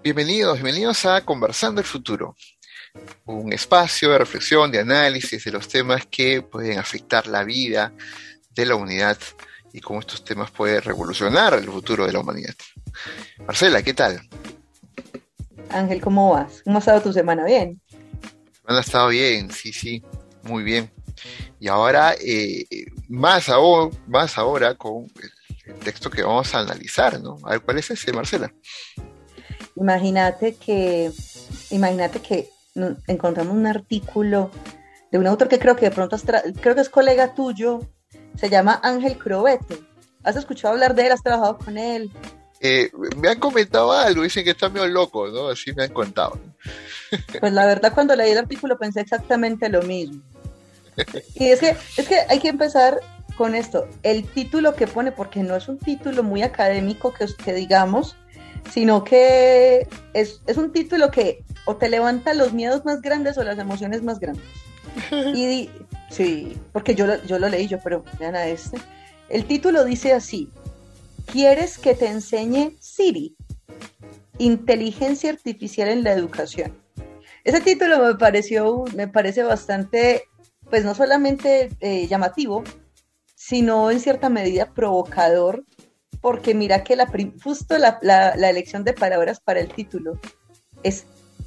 Bienvenidos a Conversando el Futuro, un espacio de reflexión, de análisis de los temas que pueden afectar la vida de la humanidad y cómo estos temas pueden revolucionar el futuro de la humanidad. Marcela, ¿qué tal? Ángel, ¿cómo vas? ¿Cómo ha estado tu semana? ¿Bien? Ha estado bien, sí, muy bien. Y ahora, más ahora con el texto que vamos a analizar, ¿no? A ver, ¿cuál es ese, Marcela? Imagínate que encontramos un artículo de un autor que creo que de pronto creo que es colega tuyo, se llama Ángel Crobeto. ¿Has escuchado hablar de él? ¿Has trabajado con él? Me han comentado algo, dicen que está medio loco, ¿no? Así me han contado. Pues la verdad, cuando leí el artículo pensé exactamente lo mismo. Y es que hay que empezar con esto. El título que pone, porque no es un título muy académico que digamos, sino que es un título que o te levanta los miedos más grandes o las emociones más grandes. Sí, porque yo lo leí, pero vean a este. El título dice así: ¿quieres que te enseñe Siri? Inteligencia artificial en la educación. Ese título me parece bastante, pues no solamente llamativo, sino en cierta medida provocador, porque mira que justo la elección de palabras para el título es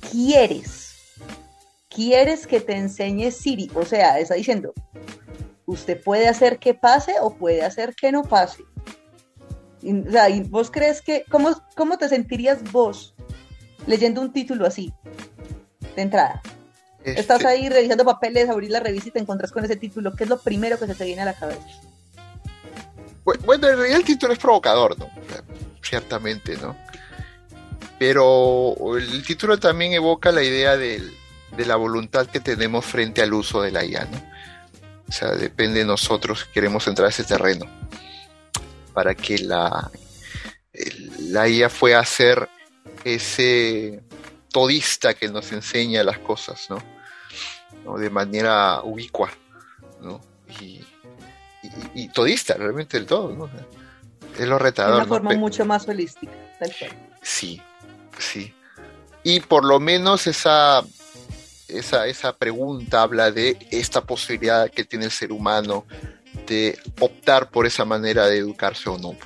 ¿quieres que te enseñe Siri? O sea, está diciendo, usted puede hacer que pase o puede hacer que no pase. O sea, ¿y vos crees que, cómo te sentirías vos leyendo un título así, de entrada? Estás ahí revisando papeles, abrís la revista y te encontrás con ese título. ¿Qué es lo primero que se te viene a la cabeza? Bueno, en realidad el título es provocador, ¿no? Ciertamente, ¿no? Pero el título también evoca la idea de la voluntad que tenemos frente al uso de la IA, ¿no? O sea, depende de nosotros si queremos entrar a ese terreno para que la IA pueda ser ese todista que nos enseña las cosas, ¿no? De manera ubicua, ¿no? Y todista, realmente del todo, ¿no? Es lo retador. De una forma mucho más holística, tal cual. Sí. Y por lo menos esa pregunta habla de esta posibilidad que tiene el ser humano de optar por esa manera de educarse o no.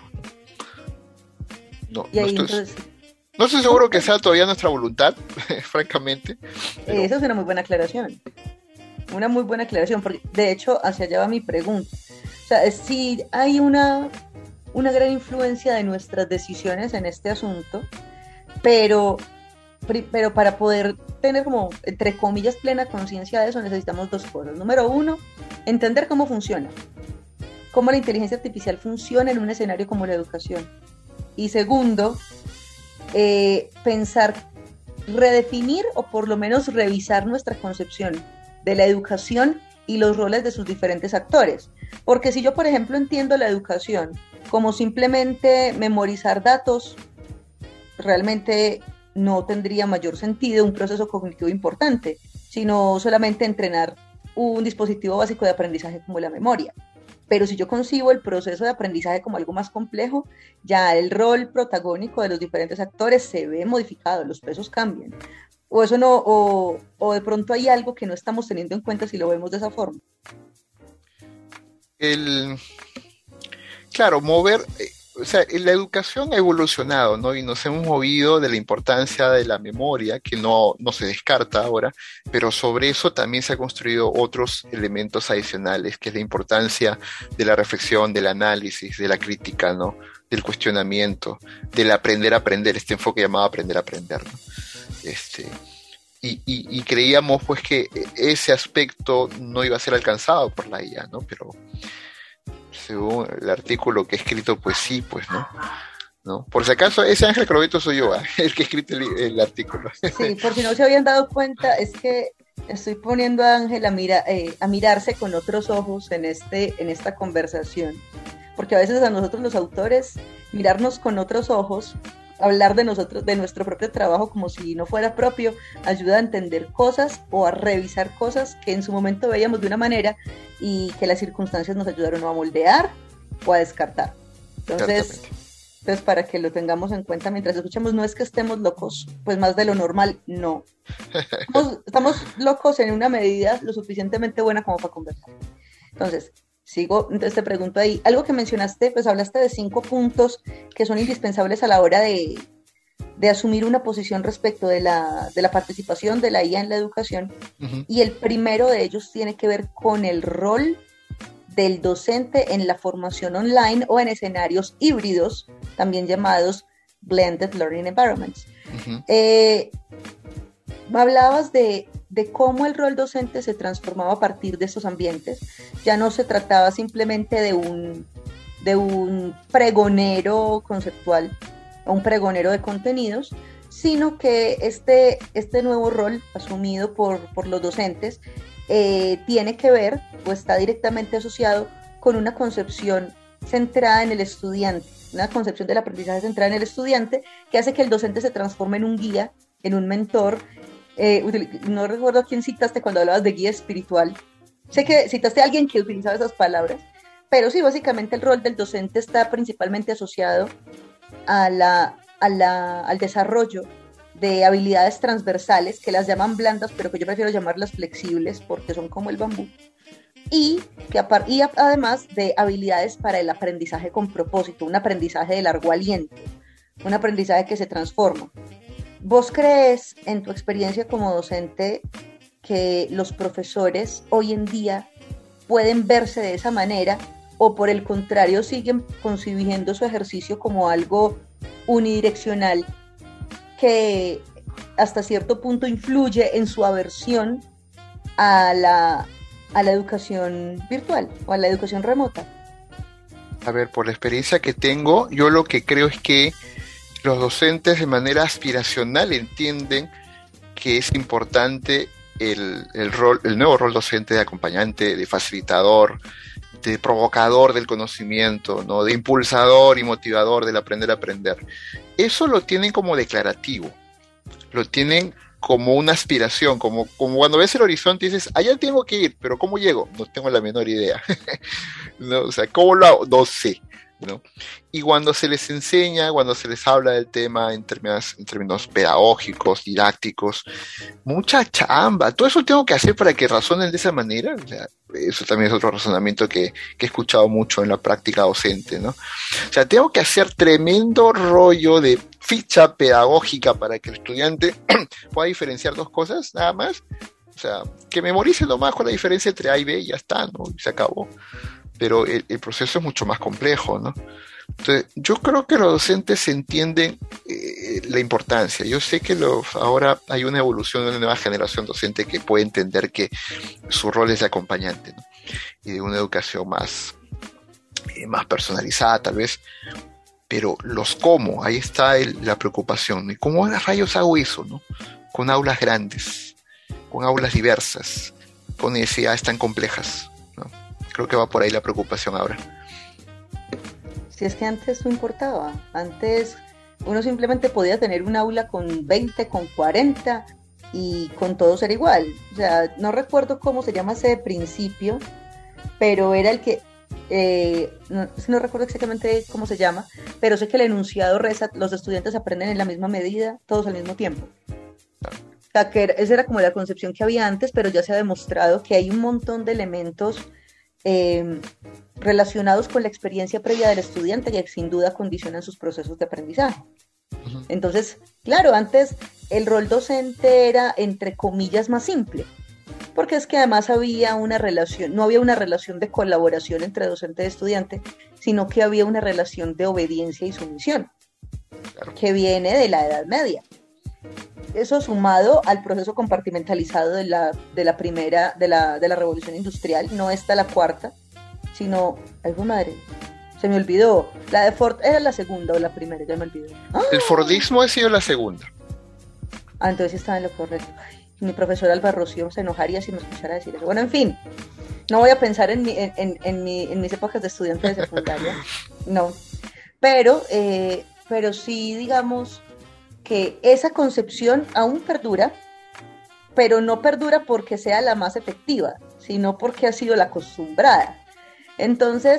No estoy seguro que sea todavía nuestra voluntad, francamente. Pero... Esa es una muy buena aclaración. Una muy buena aclaración, porque de hecho hacia allá va mi pregunta. O sea, si hay una gran influencia de nuestras decisiones en este asunto, pero para poder tener como, entre comillas, plena conciencia de eso, necesitamos dos cosas. Número uno, entender cómo funciona, cómo la inteligencia artificial funciona en un escenario como la educación. Y segundo, pensar, redefinir o por lo menos revisar nuestra concepción de la educación y los roles de sus diferentes actores. Porque si yo, por ejemplo, entiendo la educación como simplemente memorizar datos, realmente no tendría mayor sentido un proceso cognitivo importante, sino solamente entrenar un dispositivo básico de aprendizaje como la memoria. Pero si yo concibo el proceso de aprendizaje como algo más complejo, ya el rol protagónico de los diferentes actores se ve modificado, los pesos cambian. O eso no, o de pronto hay algo que no estamos teniendo en cuenta si lo vemos de esa forma. Claro, o sea, la educación ha evolucionado, ¿no? Y nos hemos movido de la importancia de la memoria, que no se descarta ahora, pero sobre eso también se han construido otros elementos adicionales, que es la importancia de la reflexión, del análisis, de la crítica, ¿no? Del cuestionamiento, del aprender a aprender, este enfoque llamado aprender a aprender, ¿no? Y creíamos pues que ese aspecto no iba a ser alcanzado por la IA, ¿no? Pero según el artículo que he escrito, pues sí, pues ¿no? Por si acaso, ese Ángel Crobeto soy yo, el que he escrito el artículo. Sí, por si no se habían dado cuenta, es que estoy poniendo a Ángel a mirarse con otros ojos en esta conversación, porque a veces a nosotros los autores, mirarnos con otros ojos, hablar de nosotros, de nuestro propio trabajo como si no fuera propio, ayuda a entender cosas o a revisar cosas que en su momento veíamos de una manera y que las circunstancias nos ayudaron a moldear o a descartar. Entonces, Entonces, para que lo tengamos en cuenta mientras escuchamos, no es que estemos locos, pues más de lo normal, no. Estamos locos en una medida lo suficientemente buena como para conversar. Entonces, entonces te pregunto ahí, algo que mencionaste, pues hablaste de 5 puntos que son indispensables a la hora de asumir una posición respecto de la participación de la IA en la educación, y el primero de ellos tiene que ver con el rol del docente en la formación online o en escenarios híbridos, también llamados Blended Learning Environments. Hablabas de cómo el rol docente se transformaba a partir de estos ambientes. Ya no se trataba simplemente de un pregonero conceptual o un pregonero de contenidos, sino que este nuevo rol asumido por los docentes tiene que ver o está directamente asociado con una concepción centrada en el estudiante, una concepción del aprendizaje centrada en el estudiante, que hace que el docente se transforme en un guía, en un mentor. No recuerdo a quién citaste cuando hablabas de guía espiritual. Sé que citaste a alguien que utilizaba esas palabras, pero sí, básicamente el rol del docente está principalmente asociado al desarrollo de habilidades transversales, que las llaman blandas, pero que yo prefiero llamarlas flexibles porque son como el bambú, y además de habilidades para el aprendizaje con propósito, un aprendizaje de largo aliento, un aprendizaje que se transforma. ¿Vos crees, en tu experiencia como docente, que los profesores hoy en día pueden verse de esa manera, o por el contrario siguen concibiendo su ejercicio como algo unidireccional que hasta cierto punto influye en su aversión a la educación virtual o a la educación remota? A ver, por la experiencia que tengo, yo lo que creo es que los docentes de manera aspiracional entienden que es importante el nuevo rol docente de acompañante, de facilitador, de provocador del conocimiento, ¿no? De impulsador y motivador del aprender a aprender. Eso lo tienen como declarativo, lo tienen como una aspiración, como cuando ves el horizonte y dices, allá tengo que ir, pero ¿cómo llego? No tengo la menor idea. ¿No? O sea, ¿cómo lo hago? No sé, ¿no? Y cuando se les enseña, cuando se les habla del tema en términos pedagógicos, didácticos, mucha chamba, todo eso tengo que hacer para que razonen de esa manera. O sea, eso también es otro razonamiento que he escuchado mucho en la práctica docente, ¿no? O sea, tengo que hacer tremendo rollo de ficha pedagógica para que el estudiante pueda diferenciar dos cosas, nada más. O sea, que memorice nomás con la diferencia entre A y B y ya está, ¿no? Y se acabó. Pero el proceso es mucho más complejo, ¿no? Entonces, yo creo que los docentes entienden la importancia. Yo sé que ahora hay una evolución de una nueva generación docente que puede entender que su rol es de acompañante, ¿no? Y de una educación más personalizada, tal vez. Pero cómo, ahí está la preocupación, ¿no? ¿Y cómo rayos hago eso, ¿no? Con aulas grandes, con aulas diversas, con necesidades tan complejas, ¿no? Creo que va por ahí la preocupación ahora. Si es que antes no importaba, antes uno simplemente podía tener un aula con 20, con 40 y con todos era igual. O sea, no recuerdo cómo se llama ese principio, pero era el que, no recuerdo exactamente cómo se llama, pero sé que el enunciado reza, los estudiantes aprenden en la misma medida, todos al mismo tiempo. O sea, que esa era como la concepción que había antes, pero ya se ha demostrado que hay un montón de elementos relacionados con la experiencia previa del estudiante que sin duda condicionan sus procesos de aprendizaje. Entonces, claro, antes el rol docente era, entre comillas, más simple, porque es que además había una relación, no había una relación de colaboración entre docente y estudiante, sino que había una relación de obediencia y sumisión, que viene de la Edad Media. Eso sumado al proceso compartimentalizado de la Revolución Industrial, no esta la cuarta, sino, ay, madre, se me olvidó, la de Ford era la segunda o la primera, ya me olvidó. ¡Ah! El Fordismo ha sido la segunda. Ah, entonces estaba en lo correcto. Ay, mi profesor Alba Rocío se enojaría si me escuchara decir eso. Bueno, en fin, no voy a pensar en mis épocas de estudiante de secundaria, no, pero sí, digamos que esa concepción aún perdura, pero no perdura porque sea la más efectiva, sino porque ha sido la acostumbrada. Entonces,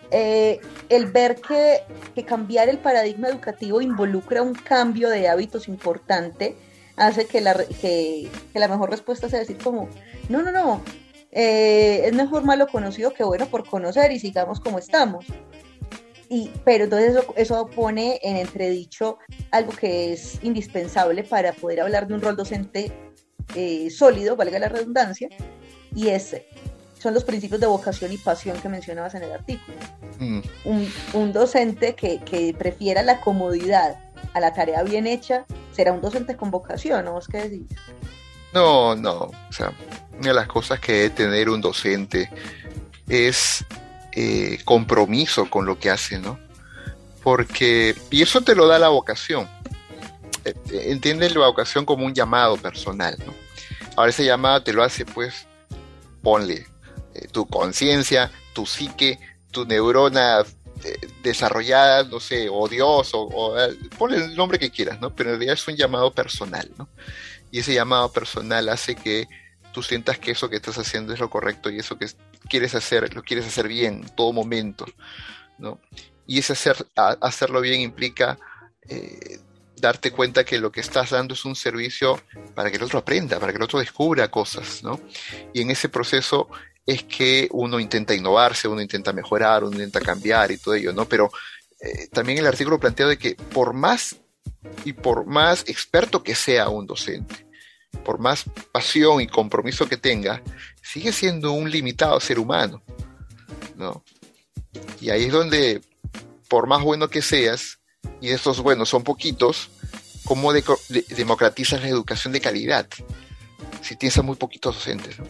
el ver que cambiar el paradigma educativo involucra un cambio de hábitos importante hace que la mejor respuesta sea decir como, no, es mejor malo conocido que bueno por conocer y sigamos como estamos. Pero entonces eso pone en entredicho algo que es indispensable para poder hablar de un rol docente sólido, valga la redundancia, y son los principios de vocación y pasión que mencionabas en el artículo. Un docente que prefiera la comodidad a la tarea bien hecha será un docente con vocación, ¿no? ¿Vos qué decís? No, o sea, una de las cosas que debe tener un docente es compromiso con lo que hace, ¿no? Y eso te lo da la vocación. Entiende la vocación como un llamado personal, ¿no? Ahora ese llamado te lo hace, pues, ponle tu conciencia, tu psique, tu neurona desarrollada, no sé, o Dios, o ponle el nombre que quieras, ¿no? Pero en realidad es un llamado personal, ¿no? Y ese llamado personal hace que tú sientas que eso que estás haciendo es lo correcto y eso que quieres hacer, lo quieres hacer bien en todo momento, ¿no? Y ese hacerlo bien implica darte cuenta que lo que estás dando es un servicio para que el otro aprenda, para que el otro descubra cosas, ¿no? Y en ese proceso es que uno intenta innovarse, uno intenta mejorar, uno intenta cambiar y todo ello, ¿no? Pero también el artículo plantea de que por más experto que sea un docente, por más pasión y compromiso que tenga, sigue siendo un limitado ser humano, ¿no? Y ahí es donde, por más bueno que seas, y estos buenos son poquitos, ¿cómo democratizas la educación de calidad si tienes a muy poquitos docentes, ¿no?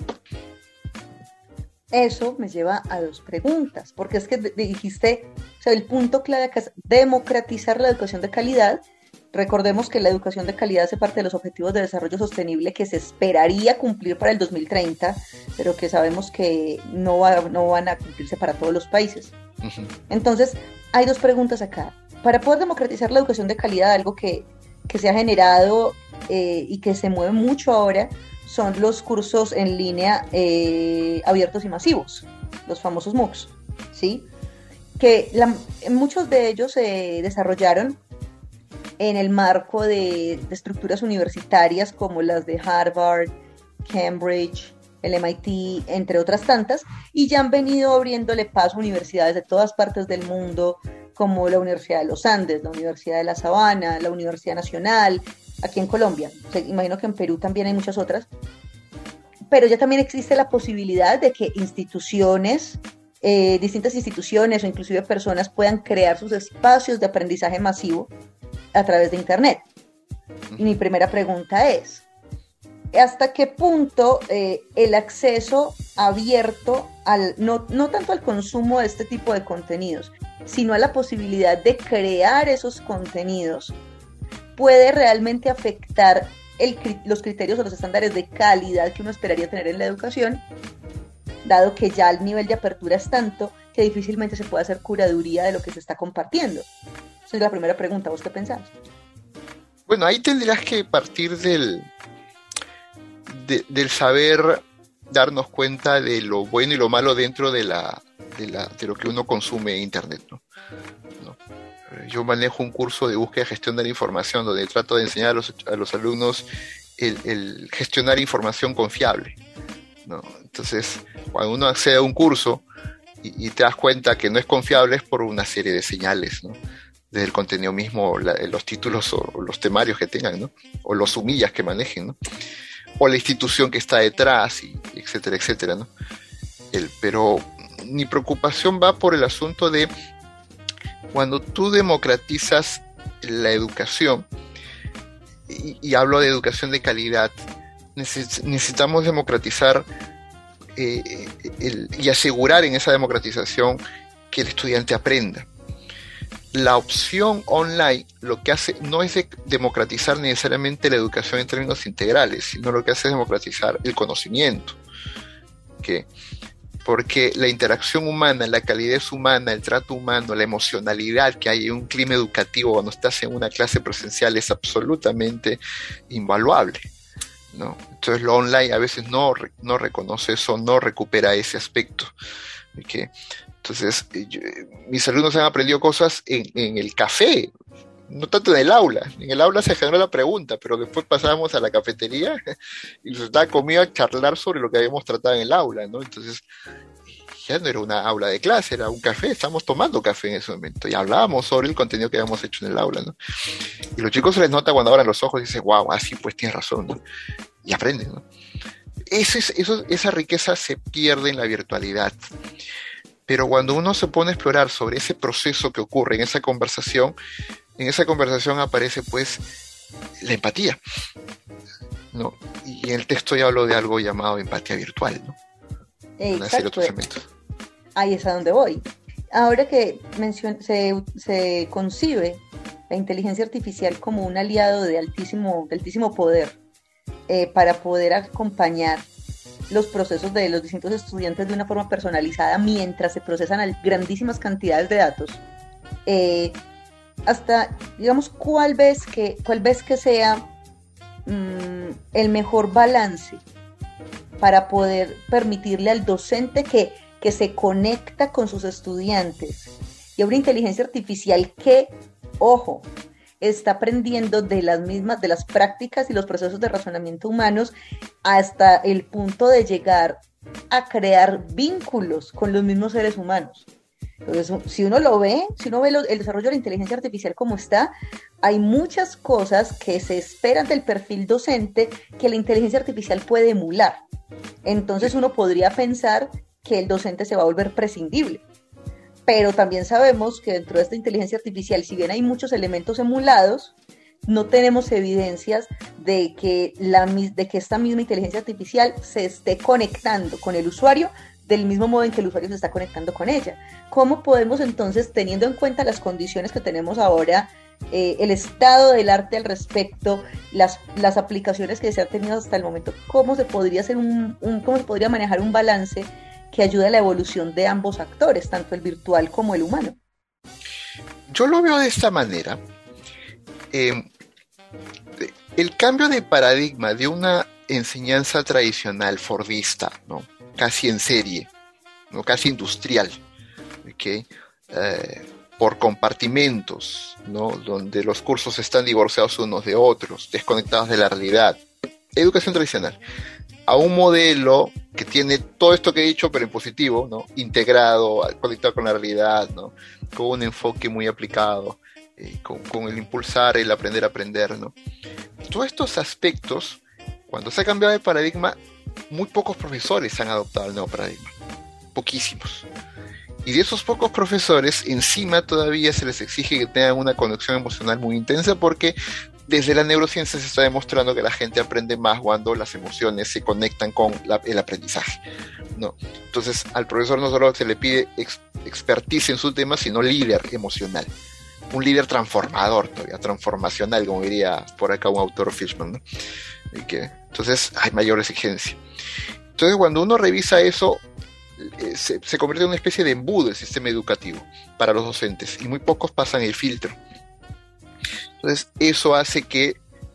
Eso me lleva a dos preguntas, porque es que dijiste, o sea, el punto clave acá es democratizar la educación de calidad. Recordemos que la educación de calidad hace parte de los objetivos de desarrollo sostenible que se esperaría cumplir para el 2030, pero que sabemos que no van a cumplirse para todos los países. Uh-huh. Entonces, hay dos preguntas acá. Para poder democratizar la educación de calidad, algo que se ha generado y que se mueve mucho ahora, son los cursos en línea abiertos y masivos, los famosos MOOCs, ¿sí? Que muchos de ellos se desarrollaron en el marco de estructuras universitarias como las de Harvard, Cambridge, el MIT, entre otras tantas, y ya han venido abriéndole paso a universidades de todas partes del mundo, como la Universidad de los Andes, la Universidad de La Sabana, la Universidad Nacional, aquí en Colombia. O sea, imagino que en Perú también hay muchas otras, pero ya también existe la posibilidad de que instituciones, distintas instituciones o inclusive personas puedan crear sus espacios de aprendizaje masivo a través de Internet. Y mi primera pregunta es, ¿hasta qué punto el acceso abierto, no tanto al consumo de este tipo de contenidos, sino a la posibilidad de crear esos contenidos, puede realmente afectar los criterios o los estándares de calidad que uno esperaría tener en la educación, dado que ya el nivel de apertura es tanto que difícilmente se puede hacer curaduría de lo que se está compartiendo? Esa es la primera pregunta. ¿Vos qué pensás? Bueno, ahí tendrás que partir del saber darnos cuenta de lo bueno y lo malo dentro de lo que uno consume en Internet, ¿no? Yo manejo un curso de búsqueda y gestión de la información donde trato de enseñar a los alumnos el gestionar información confiable, ¿no? Entonces, cuando uno accede a un curso y te das cuenta que no es confiable, es por una serie de señales, ¿no? Desde el contenido mismo, los títulos o los temarios que tengan, ¿no? O los sumillas que manejen, ¿no? O la institución que está detrás, etcétera, etcétera, ¿no? Pero mi preocupación va por el asunto de cuando tú democratizas la educación, y hablo de educación de calidad, necesitamos democratizar y asegurar en esa democratización que el estudiante aprenda. La opción online lo que hace no es democratizar necesariamente la educación en términos integrales, sino lo que hace es democratizar el conocimiento. ¿Okay? Porque la interacción humana, la calidez humana, el trato humano, la emocionalidad que hay en un clima educativo cuando estás en una clase presencial es absolutamente invaluable, ¿no? Entonces lo online a veces no reconoce eso, no recupera ese aspecto. ¿Okay? Entonces, mis alumnos han aprendido cosas en el café, no tanto en el aula. En el aula se generó la pregunta, pero después pasábamos a la cafetería y nos estaba conmigo a charlar sobre lo que habíamos tratado en el aula, ¿no? Entonces, ya no era una aula de clase, era un café, estábamos tomando café en ese momento y hablábamos sobre el contenido que habíamos hecho en el aula, ¿no? Y los chicos se les nota cuando abran los ojos y dicen, wow, así pues tienes razón, ¿no? Y aprenden, ¿no? Esa riqueza se pierde en la virtualidad. Pero cuando uno se pone a explorar sobre ese proceso que ocurre en esa conversación aparece pues la empatía, ¿no? Y en el texto ya hablo de algo llamado empatía virtual, ¿no? Exacto. Ahí es a donde voy. Ahora que se concibe la inteligencia artificial como un aliado de altísimo poder para poder acompañar los procesos de los distintos estudiantes de una forma personalizada mientras se procesan grandísimas cantidades de datos. Hasta, digamos, ¿cuál ves que sea el mejor balance para poder permitirle al docente que se conecta con sus estudiantes y a una inteligencia artificial que, ojo, está aprendiendo de las prácticas y los procesos de razonamiento humanos hasta el punto de llegar a crear vínculos con los mismos seres humanos? Entonces, si uno ve el desarrollo de la inteligencia artificial como está, hay muchas cosas que se esperan del perfil docente que la inteligencia artificial puede emular. Entonces uno podría pensar que el docente se va a volver prescindible. Pero también sabemos que dentro de esta inteligencia artificial, si bien hay muchos elementos emulados, no tenemos evidencias de que esta misma inteligencia artificial se esté conectando con el usuario del mismo modo en que el usuario se está conectando con ella. ¿Cómo podemos entonces, teniendo en cuenta las condiciones que tenemos ahora, el estado del arte al respecto, las aplicaciones que se han tenido hasta el momento, cómo se podría hacer cómo se podría manejar un balance que ayude a la evolución de ambos actores, tanto el virtual como el humano? Yo lo veo de esta manera. El cambio de paradigma de una enseñanza tradicional fordista, ¿no? Casi en serie, ¿no? Casi industrial, ¿okay? Por compartimentos, ¿no? Donde los cursos están divorciados unos de otros, desconectados de la realidad. Educación tradicional. A un modelo que tiene todo esto que he dicho, pero en positivo, ¿no? Integrado, conectado con la realidad, ¿no? Con un enfoque muy aplicado, con el impulsar, el aprender a aprender, ¿no? Todos estos aspectos, cuando se ha cambiado de paradigma, muy pocos profesores han adoptado el nuevo paradigma. Poquísimos. Y de esos pocos profesores, encima todavía se les exige que tengan una conexión emocional muy intensa, porque desde la neurociencia se está demostrando que la gente aprende más cuando las emociones se conectan con el aprendizaje, ¿no? Entonces, al profesor no solo se le pide expertise en su tema, sino líder emocional. Un líder transformador todavía, transformacional, como diría por acá un autor Fishman, ¿no? Entonces, hay mayor exigencia. Entonces, cuando uno revisa eso, se convierte en una especie de embudo el sistema educativo para los docentes, y muy pocos pasan el filtro. Entonces, eso hace que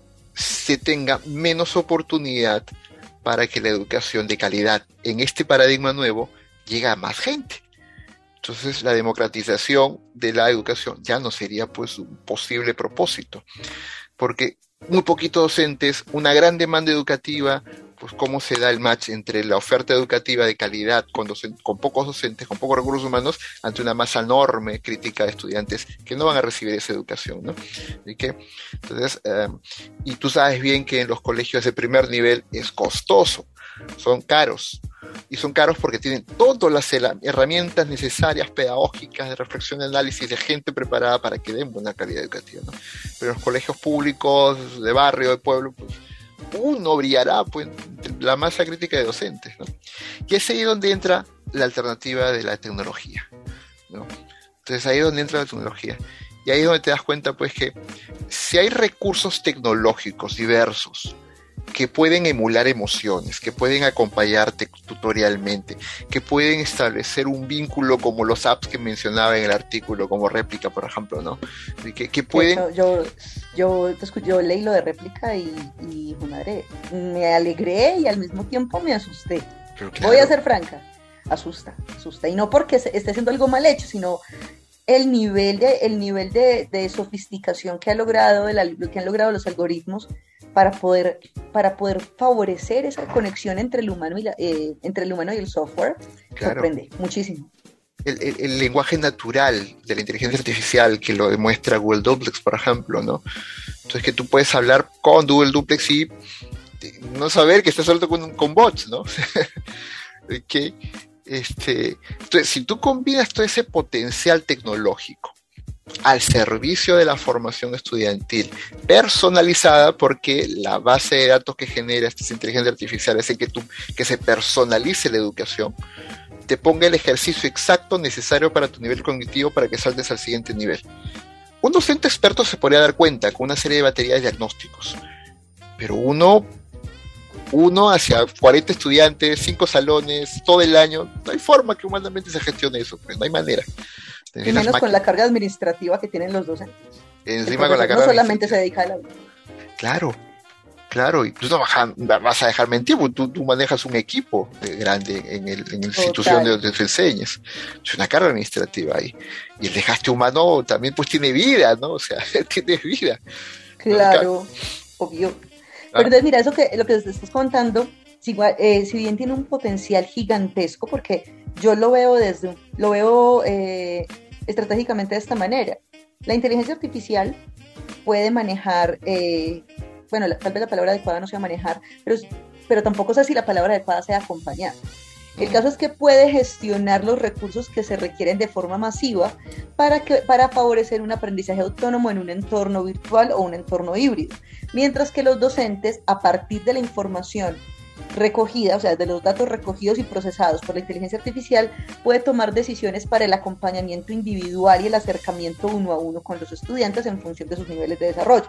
se tenga menos oportunidad para que la educación de calidad en este paradigma nuevo llegue a más gente. Entonces, la democratización de la educación ya no sería pues un posible propósito, porque muy poquitos docentes, una gran demanda educativa, pues cómo se da el match entre la oferta educativa de calidad con pocos docentes, con pocos recursos humanos, ante una masa enorme crítica de estudiantes que no van a recibir esa educación, ¿no? Entonces, y tú sabes bien que en los colegios de primer nivel es costoso, son caros, y son caros porque tienen todas las herramientas necesarias, pedagógicas, de reflexión, de análisis, de gente preparada para que den buena calidad educativa, ¿no? Pero en los colegios públicos, de barrio, de pueblo, pues uno brillará pues entre la masa crítica de docentes, ¿no? Y es ahí donde entra la alternativa de la tecnología, ¿no? Entonces ahí es donde entra la tecnología. Y ahí es donde te das cuenta pues que si hay recursos tecnológicos diversos que pueden emular emociones, que pueden acompañarte tutorialmente, que pueden establecer un vínculo como los apps que mencionaba en el artículo, como Réplica, por ejemplo, ¿no? Que pueden... Yo leí lo de Réplica y madre, me alegré y al mismo tiempo me asusté. Claro. Voy a ser franca, asusta. Y no porque esté haciendo algo mal hecho, sino el nivel de sofisticación que ha logrado, que han logrado los algoritmos para poder favorecer esa conexión entre el humano y el software, Claro. sorprende muchísimo. El lenguaje natural de la inteligencia artificial que lo demuestra Google Duplex, por ejemplo, ¿no? Entonces que tú puedes hablar con Google Duplex y no saber que estás hablando con bots, ¿no? que, entonces, si tú combinas todo ese potencial tecnológico al servicio de la formación estudiantil personalizada, porque la base de datos que genera esta inteligencia artificial es que se personalice la educación, te ponga el ejercicio exacto necesario para tu nivel cognitivo para que saltes al siguiente nivel. Un docente experto se podría dar cuenta con una serie de baterías de diagnósticos, pero uno hacia 40 estudiantes, 5 salones, todo el año, no hay forma que humanamente se gestione eso, pues no hay manera. Y menos con la carga administrativa que tienen los docentes. Encima con la carga no solamente se dedica a la... Claro, y tú no vas a dejar mentir, porque tú manejas un equipo grande en la institución donde te enseñas. Es una carga administrativa ahí. Y el desgaste humano también pues tiene vida, ¿no? O sea, tiene vida. Claro, obvio. Pero entonces mira, lo que te estás contando, si bien tiene un potencial gigantesco, porque yo lo veo estratégicamente de esta manera. La inteligencia artificial puede manejar... tal vez la palabra adecuada no sea manejar, pero tampoco sé si la palabra adecuada sea acompañar. El caso es que puede gestionar los recursos que se requieren de forma masiva para favorecer un aprendizaje autónomo en un entorno virtual o un entorno híbrido, mientras que los docentes, a partir de la información recogida, o sea, de los datos recogidos y procesados por la inteligencia artificial, puede tomar decisiones para el acompañamiento individual y el acercamiento uno a uno con los estudiantes en función de sus niveles de desarrollo.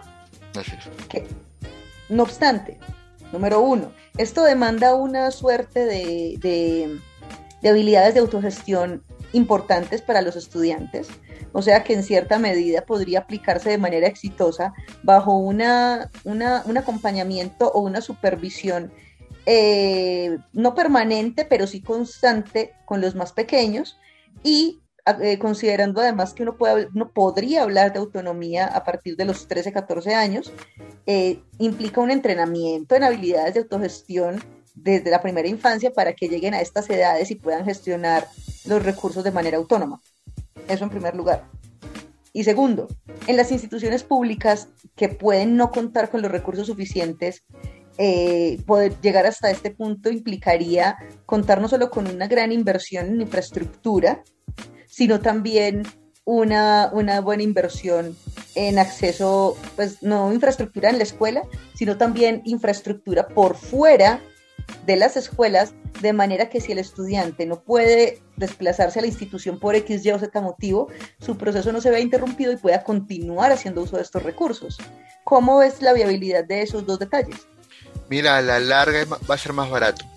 No obstante, número 1, esto demanda una suerte de habilidades de autogestión importantes para los estudiantes, o sea que en cierta medida podría aplicarse de manera exitosa bajo un acompañamiento o una supervisión no permanente, pero sí constante con los más pequeños, y considerando además que uno podría hablar de autonomía a partir de los 13, 14 años, implica un entrenamiento en habilidades de autogestión desde la primera infancia para que lleguen a estas edades y puedan gestionar los recursos de manera autónoma. Eso en primer lugar. Y segundo, en las instituciones públicas que pueden no contar con los recursos suficientes, poder llegar hasta este punto implicaría contar no solo con una gran inversión en infraestructura, sino también una buena inversión en acceso, pues no infraestructura en la escuela, sino también infraestructura por fuera de las escuelas, de manera que si el estudiante no puede desplazarse a la institución por X, Y o Z motivo, su proceso no se vea interrumpido y pueda continuar haciendo uso de estos recursos. ¿Cómo ves la viabilidad de esos dos detalles? Mira, a la larga va a ser más barato.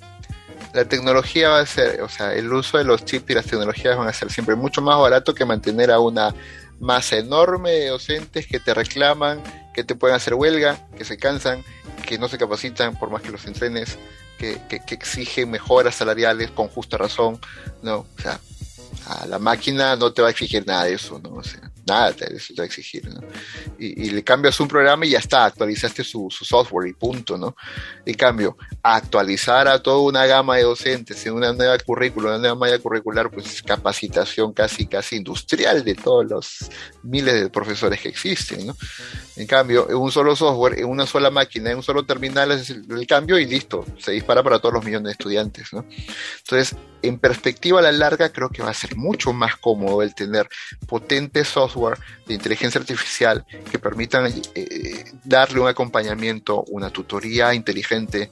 La tecnología va a ser, o sea, el uso de los chips y las tecnologías van a ser siempre mucho más barato que mantener a una masa enorme de docentes que te reclaman, que te pueden hacer huelga, que se cansan, que no se capacitan por más que los entrenes, que exigen mejoras salariales con justa razón, ¿no? O sea, a la máquina no te va a exigir nada de eso, ¿no? O sea, nada de eso te va a exigir, ¿no? Y le cambias un programa y ya está, actualizaste su software y punto, ¿no? En cambio, actualizar a toda una gama de docentes en una nueva malla curricular, pues capacitación casi industrial de todos los miles de profesores que existen, ¿no? En cambio, en un solo software, en una sola máquina, en un solo terminal, haces el cambio y listo, se dispara para todos los millones de estudiantes, ¿no? Entonces, en perspectiva a la larga, creo que va a ser mucho más cómodo el tener potente software de inteligencia artificial que permitan darle un acompañamiento, una tutoría inteligente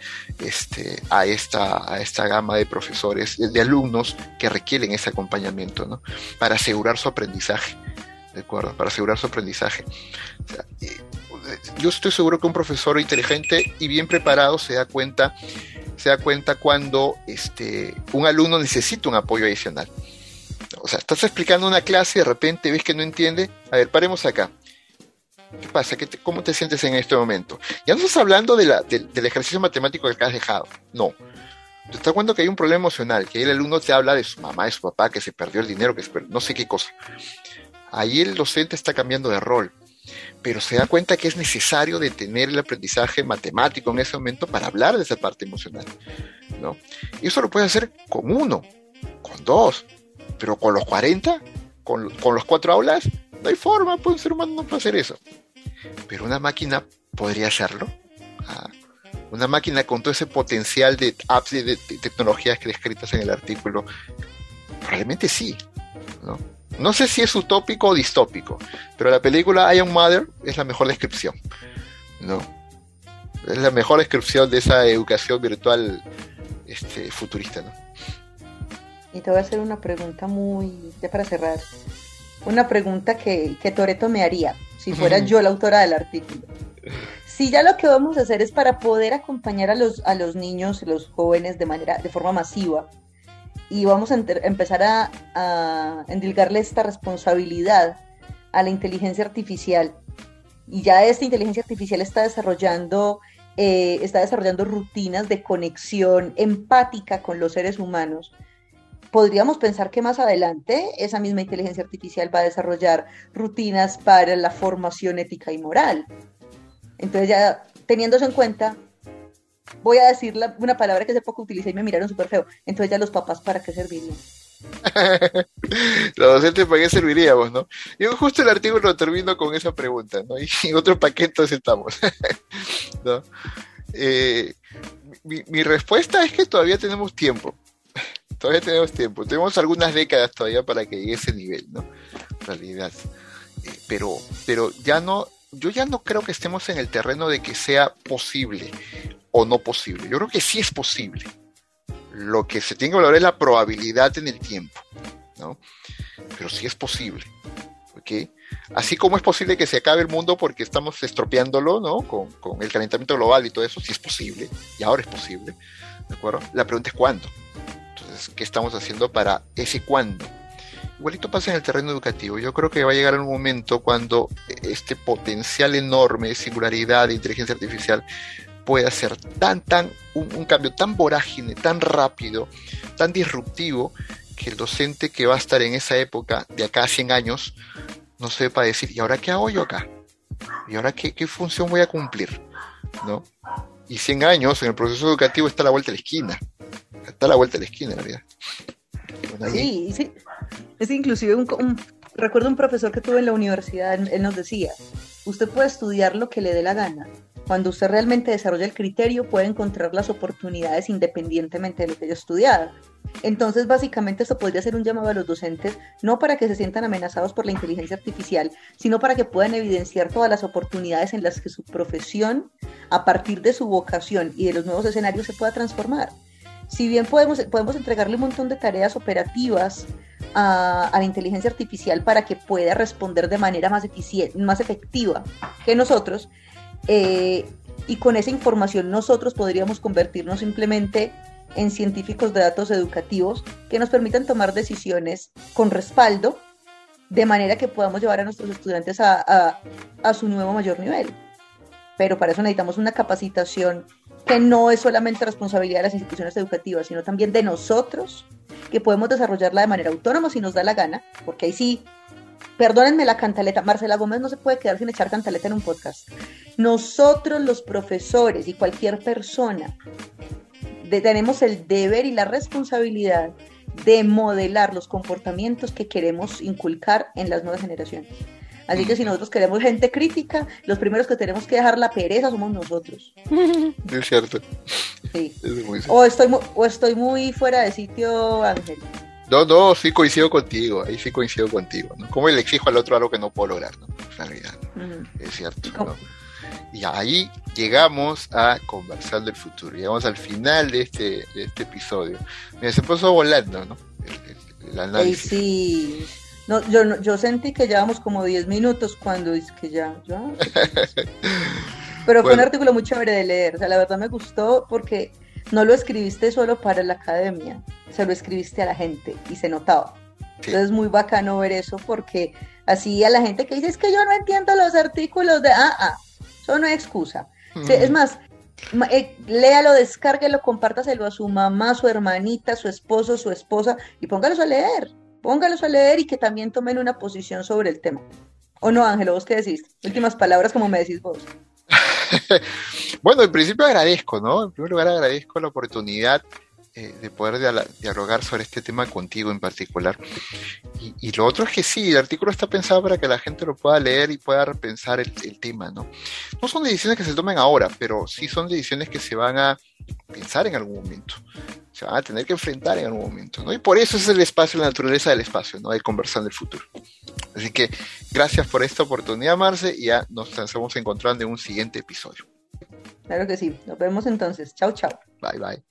a esta gama de profesores, de alumnos que requieren ese acompañamiento, ¿no? Para asegurar su aprendizaje, ¿de acuerdo? Para asegurar su aprendizaje. O sea, yo estoy seguro que un profesor inteligente y bien preparado se da cuenta cuando un alumno necesita un apoyo adicional. O sea, estás explicando una clase y de repente ves que no entiende. A ver, paremos acá. ¿Qué pasa? ¿Cómo te sientes en este momento? Ya no estás hablando del ejercicio matemático que has dejado. No. te estás cuenta que hay un problema emocional, que ahí el alumno te habla de su mamá, de su papá, que se perdió el dinero, no sé qué cosa. Ahí el docente está cambiando de rol, pero se da cuenta que es necesario detener el aprendizaje matemático en ese momento para hablar de esa parte emocional, ¿no? Y eso lo puede hacer con 1, con 2, pero con los 40, con los 4 aulas, no hay forma, pues un ser humano no puede hacer eso. Pero una máquina podría hacerlo. Una máquina con todo ese potencial de apps de tecnologías que descritas en el artículo, probablemente sí, ¿no? No sé si es utópico o distópico, pero la película I Am Mother es la mejor descripción, ¿no? Es la mejor descripción de esa educación virtual futurista, ¿no? Y te voy a hacer una pregunta ya para cerrar, una pregunta que Toretto me haría si fuera yo la autora del artículo. Si ya lo que vamos a hacer es para poder acompañar a los niños, los jóvenes de forma masiva, y vamos a empezar a endilgarle esta responsabilidad a la inteligencia artificial, y ya esta inteligencia artificial está desarrollando rutinas de conexión empática con los seres humanos, podríamos pensar que más adelante esa misma inteligencia artificial va a desarrollar rutinas para la formación ética y moral. Entonces, ya teniendo eso en cuenta, voy a decir una palabra que hace poco utilicé y me miraron súper feo. Entonces, ya los papás, ¿para qué servirían? Los docentes, ¿para qué serviríamos, no? Yo justo el artículo termino con esa pregunta, ¿no? Y en otro paquete estamos, ¿no? Mi respuesta es que todavía tenemos tiempo. Todavía tenemos tiempo. Tenemos algunas décadas todavía para que llegue a ese nivel, ¿no? En realidad. Pero ya no... Yo ya no creo que estemos en el terreno de que sea posible o no posible. Yo creo que sí es posible. Lo que se tiene que valorar es la probabilidad en el tiempo, ¿no? Pero sí es posible, ¿ok? Así como es posible que se acabe el mundo porque estamos estropeándolo, ¿no? Con el calentamiento global y todo eso, sí es posible, y ahora es posible, ¿de acuerdo? La pregunta es ¿cuándo? Entonces, ¿qué estamos haciendo para ese cuándo? Igualito pasa en el terreno educativo. Yo creo que va a llegar un momento cuando este potencial enorme de singularidad de inteligencia artificial pueda ser un cambio tan vorágine, tan rápido, tan disruptivo, que el docente que va a estar en esa época, de acá a 100 años, no sepa decir, ¿y ahora qué hago yo acá? ¿Y ahora qué función voy a cumplir? ¿No? Y 100 años en el proceso educativo está a la vuelta de la esquina. Está a la vuelta de la esquina, en realidad. Bueno, sí. Es inclusive recuerdo un profesor que tuve en la universidad, él nos decía, usted puede estudiar lo que le dé la gana. Cuando usted realmente desarrolla el criterio, puede encontrar las oportunidades independientemente de lo que haya estudiado. Entonces, básicamente, esto podría ser un llamado a los docentes, no para que se sientan amenazados por la inteligencia artificial, sino para que puedan evidenciar todas las oportunidades en las que su profesión, a partir de su vocación y de los nuevos escenarios, se pueda transformar. Si bien podemos entregarle un montón de tareas operativas a la inteligencia artificial para que pueda responder de manera más efectiva que nosotros, y con esa información nosotros podríamos convertirnos simplemente en científicos de datos educativos que nos permitan tomar decisiones con respaldo, de manera que podamos llevar a nuestros estudiantes a su nuevo mayor nivel. Pero para eso necesitamos una capacitación que no es solamente responsabilidad de las instituciones educativas, sino también de nosotros, que podemos desarrollarla de manera autónoma si nos da la gana, porque ahí sí, perdónenme la cantaleta, Marcela Gómez no se puede quedar sin echar cantaleta en un podcast. Nosotros los profesores y cualquier persona tenemos el deber y la responsabilidad de modelar los comportamientos que queremos inculcar en las nuevas generaciones. Así que si nosotros queremos gente crítica, los primeros que tenemos que dejar la pereza somos nosotros. Es cierto. Sí. Es muy cierto. O estoy muy fuera de sitio, Ángel. No, sí coincido contigo, ahí sí coincido contigo, ¿no? ¿Cómo le exijo al otro algo que no puedo lograr, ¿no? En realidad, ¿no? Es cierto, ¿no? Y ahí llegamos a Conversando el Futuro, llegamos al final de este episodio. Mira, se puso volando, ¿no? El análisis. Sí. No, yo sentí que llevamos como 10 minutos cuando es que ya. Pero fue un artículo muy chévere de leer, o sea, la verdad me gustó porque no lo escribiste solo para la academia, se lo escribiste a la gente y se notaba. Sí. Entonces es muy bacano ver eso porque así a la gente que dice, es que yo no entiendo los artículos de... eso no es excusa. Sí, es más, Léalo, descárguelo, compártaselo a su mamá, su hermanita, su esposo, su esposa, y póngalos a leer y que también tomen una posición sobre el tema. ¿O no, Ángelo? ¿Vos qué decís? Últimas palabras, como me decís vos. Bueno, en principio agradezco, ¿no? En primer lugar agradezco la oportunidad de poder dialogar sobre este tema contigo en particular. Y lo otro es que sí, el artículo está pensado para que la gente lo pueda leer y pueda repensar el tema, ¿no? No son decisiones que se tomen ahora, pero sí son decisiones que se van a pensar en algún momento. Se van a tener que enfrentar en algún momento, ¿no? Y por eso es el espacio, la naturaleza del espacio, ¿no? De conversar del futuro. Así que gracias por esta oportunidad, Marce, y ya nos estamos encontrando en un siguiente episodio. Claro que sí. Nos vemos entonces. Chao, chao. Bye, bye.